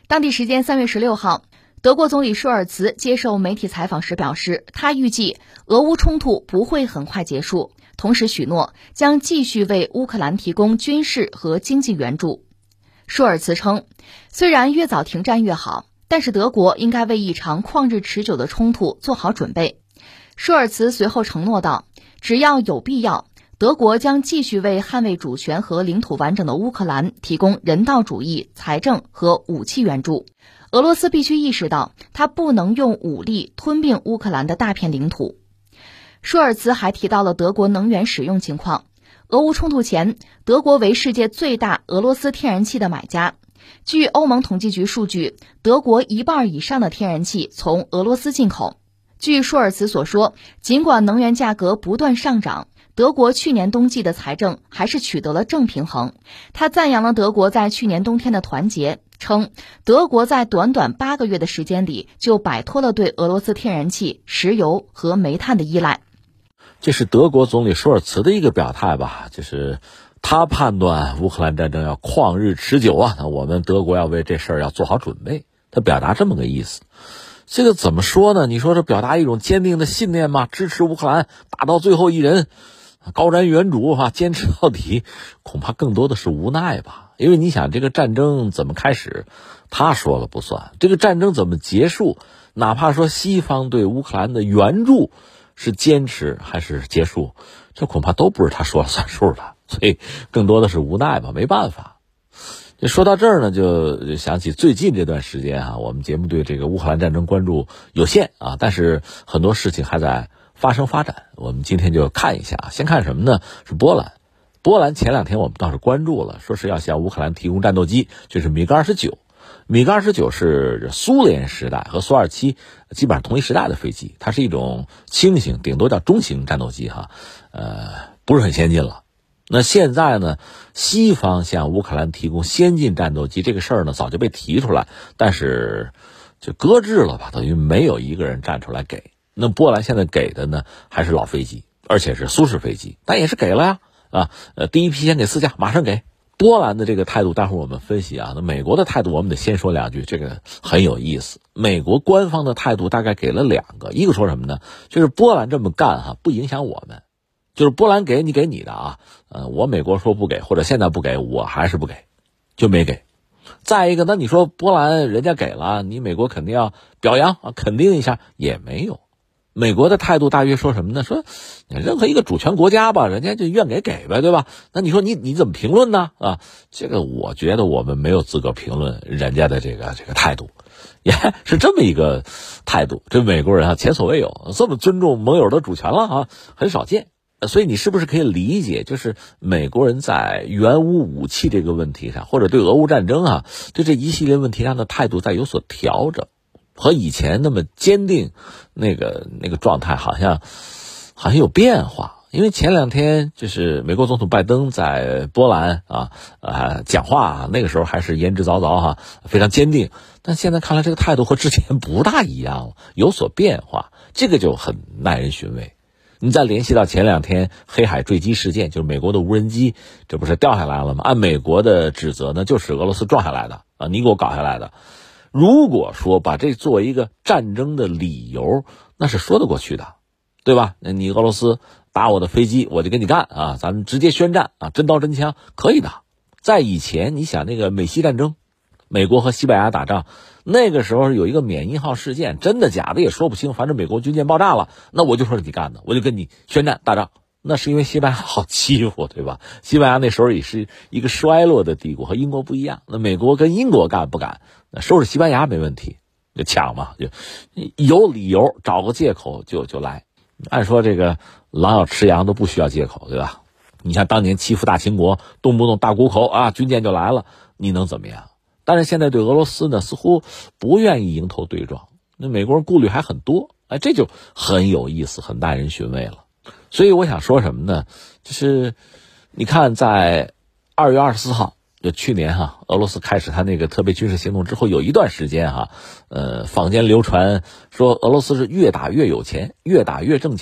当地时间3月16号，德国总理舒尔茨接受媒体采访时表示，他预计俄乌冲突不会很快结束，同时许诺将继续为乌克兰提供军事和经济援助。舒尔茨称，虽然越早停战越好，但是德国应该为一场旷日持久的冲突做好准备。舒尔茨随后承诺道，只要有必要，德国将继续为捍卫主权和领土完整的乌克兰提供人道主义、财政和武器援助。俄罗斯必须意识到，它不能用武力吞并乌克兰的大片领土。舒尔茨还提到了德国能源使用情况。俄乌冲突前，德国为世界最大俄罗斯天然气的买家。据欧盟统计局数据，德国1半以上的天然气从俄罗斯进口。据舒尔茨所说，尽管能源价格不断上涨，德国去年冬季的财政还是取得了正平衡。他赞扬了德国在去年冬天的团结，称德国在短短8个月的时间里就摆脱了对俄罗斯天然气、石油和煤炭的依赖。 这是德国总理舒尔茨的一个表态吧，就是他判断乌克兰战争要旷日持久啊，那我们德国要为这事儿要做好准备，他表达这么个意思。这个怎么说呢？你说这表达一种坚定的信念吗？支持乌克兰打到最后一人，高瞻远瞩啊，坚持到底，恐怕更多的是无奈吧。因为你想，这个战争怎么开始，他说了不算；这个战争怎么结束，哪怕说西方对乌克兰的援助是坚持还是结束，这恐怕都不是他说了算数的。所以更多的是无奈吧，没办法。就说到这儿呢，就想起最近这段时间啊，我们节目对这个乌克兰战争关注有限啊，但是很多事情还在发生发展。我们今天就看一下，先看什么呢？是波兰。波兰前2天我们倒是关注了，说是要向乌克兰提供战斗机，就是米格29。米格29是苏联时代和苏27基本上同一时代的飞机，它是一种轻型，顶多叫中型战斗机哈，不是很先进了。那现在呢，西方向乌克兰提供先进战斗机这个事儿呢，早就被提出来，但是就搁置了吧，等于没有一个人站出来给。那波兰现在给的呢，还是老飞机，而且是苏式飞机，但也是给了呀，第一批先给4架，马上给。波兰的这个态度，待会儿我们分析啊。那美国的态度，我们得先说2句，这个很有意思。美国官方的态度大概给了2个，一个说什么呢？就是波兰这么干哈，不影响我们。就是波兰给你给你的啊，我美国说不给，或者现在不给，我还是不给，就没给。再一个，那你说波兰人家给了，你美国肯定要表扬啊，肯定一下，也没有。美国的态度大约说什么呢？说任何一个主权国家吧，人家就愿给呗，对吧？那你说你怎么评论呢？啊，这个我觉得我们没有资格评论人家的这个态度，也是这么一个态度。这美国人啊，前所未有，这么尊重盟友的主权了啊，很少见。所以你是不是可以理解，就是美国人在援乌武器这个问题上，或者对俄乌战争啊，对这一系列问题上的态度在有所调整，和以前那么坚定那个状态好像有变化。因为前2天就是美国总统拜登在波兰讲话，那个时候还是言之凿凿哈，非常坚定。但现在看来这个态度和之前不大一样了，有所变化，这个就很耐人寻味。你再联系到前2天黑海坠机事件，就是美国的无人机，这不是掉下来了吗？按美国的指责呢，就是俄罗斯撞下来的啊，你给我搞下来的。如果说把这作为一个战争的理由，那是说得过去的，对吧？你俄罗斯打我的飞机，我就跟你干啊，咱们直接宣战啊，真刀真枪，可以的。在以前，你想那个美西战争，美国和西班牙打仗，那个时候有一个缅因号事件，真的假的也说不清，反正美国军舰爆炸了，那我就说是你干的，我就跟你宣战打仗。那是因为西班牙好欺负，对吧？西班牙那时候也是一个衰落的帝国，和英国不一样。那美国跟英国干不敢，那收拾西班牙没问题，就抢嘛，就有理由找个借口就来。按说这个狼要吃羊都不需要借口，对吧？你像当年欺负大清国，动不动大沽口啊，军舰就来了，你能怎么样？但是现在对俄罗斯呢，似乎不愿意迎头对撞，那美国人顾虑还很多，这就很有意思，很耐人寻味了。所以我想说什么呢？就是你看，在2月24号，就去年俄罗斯开始他那个特别军事行动之后，有一段时间坊间流传说俄罗斯是越打越有钱，越打越挣钱，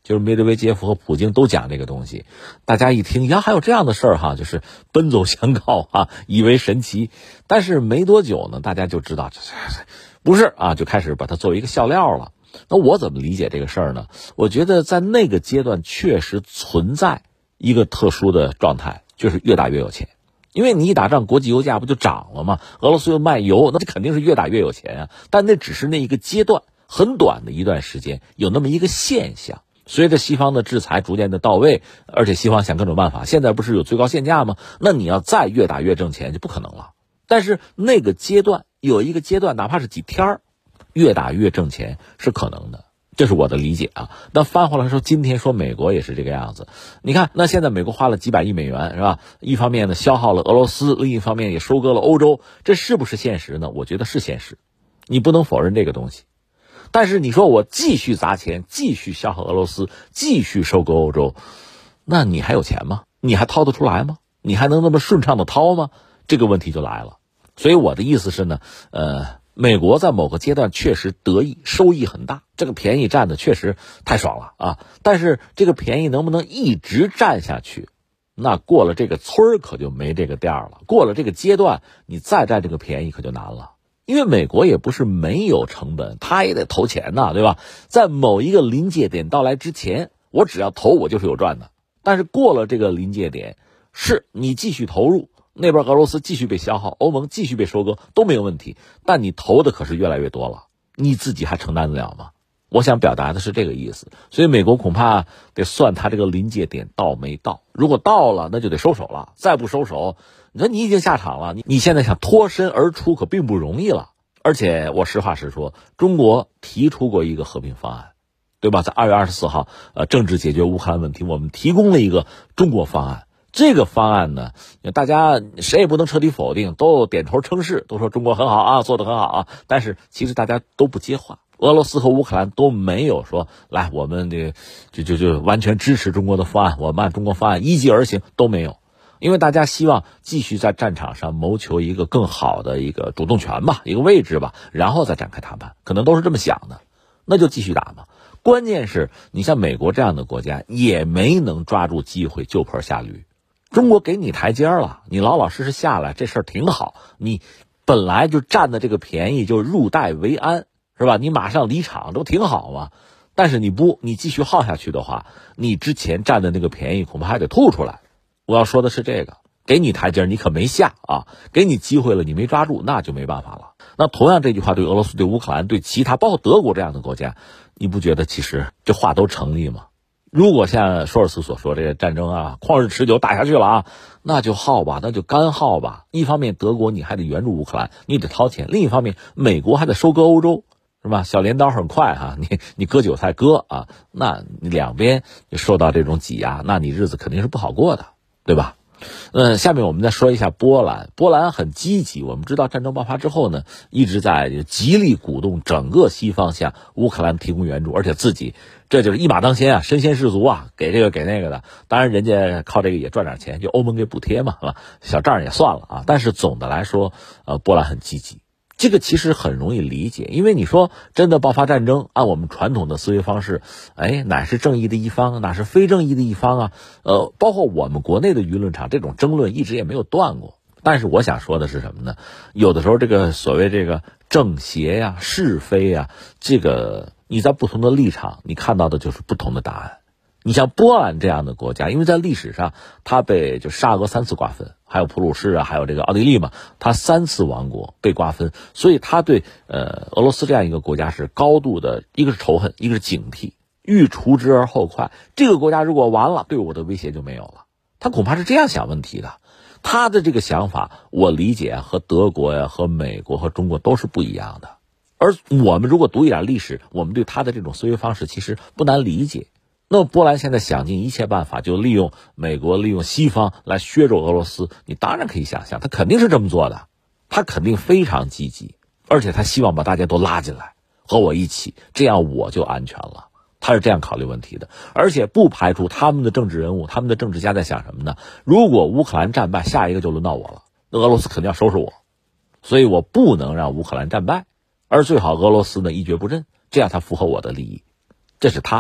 就是梅德韦杰夫和普京都讲这个东西。大家一听呀，还有这样的事儿哈，就是奔走相告啊，以为神奇。但是没多久呢，大家就知道这不是啊，就开始把它作为一个笑料了。那我怎么理解这个事儿呢？我觉得在那个阶段确实存在一个特殊的状态，就是越打越有钱。因为你一打仗，国际油价不就涨了吗？俄罗斯又卖油，那这肯定是越打越有钱啊。但那只是那一个阶段，很短的一段时间，有那么一个现象。随着西方的制裁逐渐的到位，而且西方想各种办法，现在不是有最高限价吗？那你要再越打越挣钱就不可能了。但是那个阶段有一个阶段，哪怕是几天，越打越挣钱是可能的，这是我的理解啊。那翻回来说，今天说美国也是这个样子。你看，那现在美国花了几百亿美元，是吧？一方面呢消耗了俄罗斯，另一方面也收割了欧洲，这是不是现实呢？我觉得是现实，你不能否认这个东西。但是你说我继续砸钱，继续消耗俄罗斯，继续收割欧洲，那你还有钱吗？你还掏得出来吗？你还能那么顺畅的掏吗？这个问题就来了。所以我的意思是呢，美国在某个阶段确实得益，收益很大，这个便宜占的确实太爽了啊！但是这个便宜能不能一直占下去？那过了这个村儿可就没这个店了，过了这个阶段，你再占这个便宜可就难了。因为美国也不是没有成本，他也得投钱呐，对吧？在某一个临界点到来之前，我只要投我就是有赚的。但是过了这个临界点，是你继续投入，那边俄罗斯继续被消耗，欧盟继续被收割都没有问题，但你投的可是越来越多了，你自己还承担得了吗？我想表达的是这个意思。所以美国恐怕得算他这个临界点到没到，如果到了那就得收手了，再不收手，你说你已经下场了，你现在想脱身而出可并不容易了。而且我实话实说，中国提出过一个和平方案，对吧？在2月24号政治解决乌克兰问题，我们提供了一个中国方案。这个方案呢，大家谁也不能彻底否定，都点头称是，都说中国很好啊，做得很好啊。但是其实大家都不接话，俄罗斯和乌克兰都没有说来我们就完全支持中国的方案，我们按中国方案依计而行，都没有。因为大家希望继续在战场上谋求一个更好的一个主动权吧，一个位置吧，然后再展开谈判，可能都是这么想的，那就继续打嘛。关键是你像美国这样的国家也没能抓住机会就坡下驴，中国给你台阶了，你老老实实下来，这事儿挺好，你本来就占的这个便宜就入袋为安，是吧？你马上离场都挺好嘛。但是你继续耗下去的话，你之前占的那个便宜恐怕还得吐出来。我要说的是这个，给你台阶你可没下啊，给你机会了你没抓住，那就没办法了。那同样这句话对俄罗斯、对乌克兰、对其他包括德国这样的国家，你不觉得其实这话都成立吗？如果像舒尔茨所说，这个战争啊旷日持久打下去了啊，那就耗吧，那就干耗吧。一方面德国你还得援助乌克兰，你得掏钱；另一方面美国还得收割欧洲，是吧？小镰刀很快哈，你割韭菜割啊，那你两边受到这种挤压，那你日子肯定是不好过的，对吧？下面我们再说一下波兰。波兰很积极，我们知道战争爆发之后呢，一直在极力鼓动整个西方向乌克兰提供援助，而且自己这就是一马当先啊，身先士卒啊，给这个给那个的。当然人家靠这个也赚点钱，就欧盟给补贴嘛，是吧？小账也算了啊。但是总的来说，波兰很积极。这个其实很容易理解，因为你说真的爆发战争，按我们传统的思维方式，哪是正义的一方，哪是非正义的一方啊？包括我们国内的舆论场，这种争论一直也没有断过。但是我想说的是什么呢？有的时候这个所谓这个正邪呀、是非呀，这个你在不同的立场，你看到的就是不同的答案。你像波兰这样的国家，因为在历史上它被就沙俄3次瓜分，还有普鲁士啊，还有这个奥地利嘛，它3次亡国被瓜分，所以它对俄罗斯这样一个国家是高度的，一个是仇恨，一个是警惕，欲除之而后快。这个国家如果完了，对我的威胁就没有了。他恐怕是这样想问题的。他的这个想法，我理解和德国呀、和美国和中国都是不一样的。而我们如果读一点历史，我们对他的这种思维方式其实不难理解。那么波兰现在想尽一切办法，就利用美国、利用西方来削弱俄罗斯，你当然可以想象，他肯定是这么做的，他肯定非常积极，而且他希望把大家都拉进来，和我一起，这样我就安全了。他是这样考虑问题的，而且不排除他们的政治人物、他们的政治家在想什么呢？如果乌克兰战败，下一个就轮到我了，那俄罗斯肯定要收拾我，所以我不能让乌克兰战败，而最好俄罗斯呢一蹶不振，这样才符合我的利益。这是他。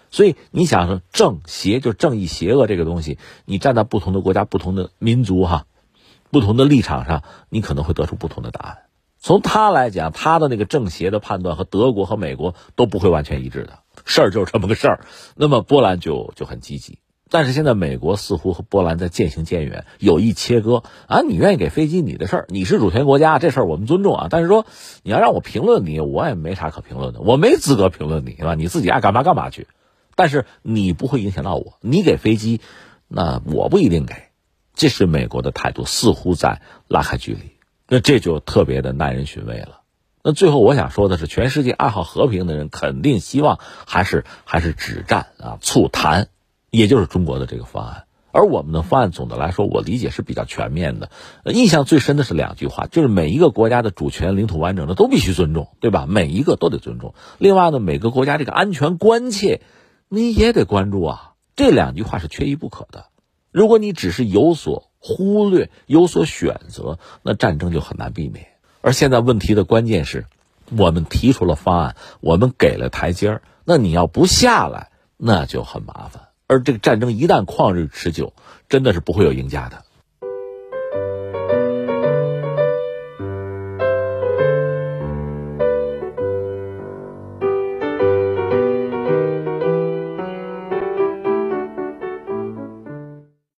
所以你想说正邪，就正义邪恶这个东西，你站在不同的国家、不同的民族不同的立场上，你可能会得出不同的答案。从他来讲，他的那个正邪的判断和德国和美国都不会完全一致的，事儿就是这么个事儿。那么波兰就很积极，但是现在美国似乎和波兰在渐行渐远，有意切割啊，你愿意给飞机你的事儿，你是主权国家，这事儿我们尊重啊。但是说你要让我评论你，我也没啥可评论的，我没资格评论你，是吧？你自己爱干嘛干嘛去。但是你不会影响到我，你给飞机，那我不一定给。这是美国的态度，似乎在拉开距离。那这就特别的耐人寻味了。那最后我想说的是，全世界爱好和平的人肯定希望还是止战促谈，也就是中国的这个方案。而我们的方案总的来说，我理解是比较全面的。印象最深的是2句话，就是每一个国家的主权、领土完整的都必须尊重，对吧？每一个都得尊重。另外呢，每个国家这个安全关切你也得关注啊。这2句话是缺一不可的。如果你只是有所忽略、有所选择，那战争就很难避免。而现在问题的关键是，我们提出了方案，我们给了台阶儿，那你要不下来，那就很麻烦。而这个战争一旦旷日持久，真的是不会有赢家的。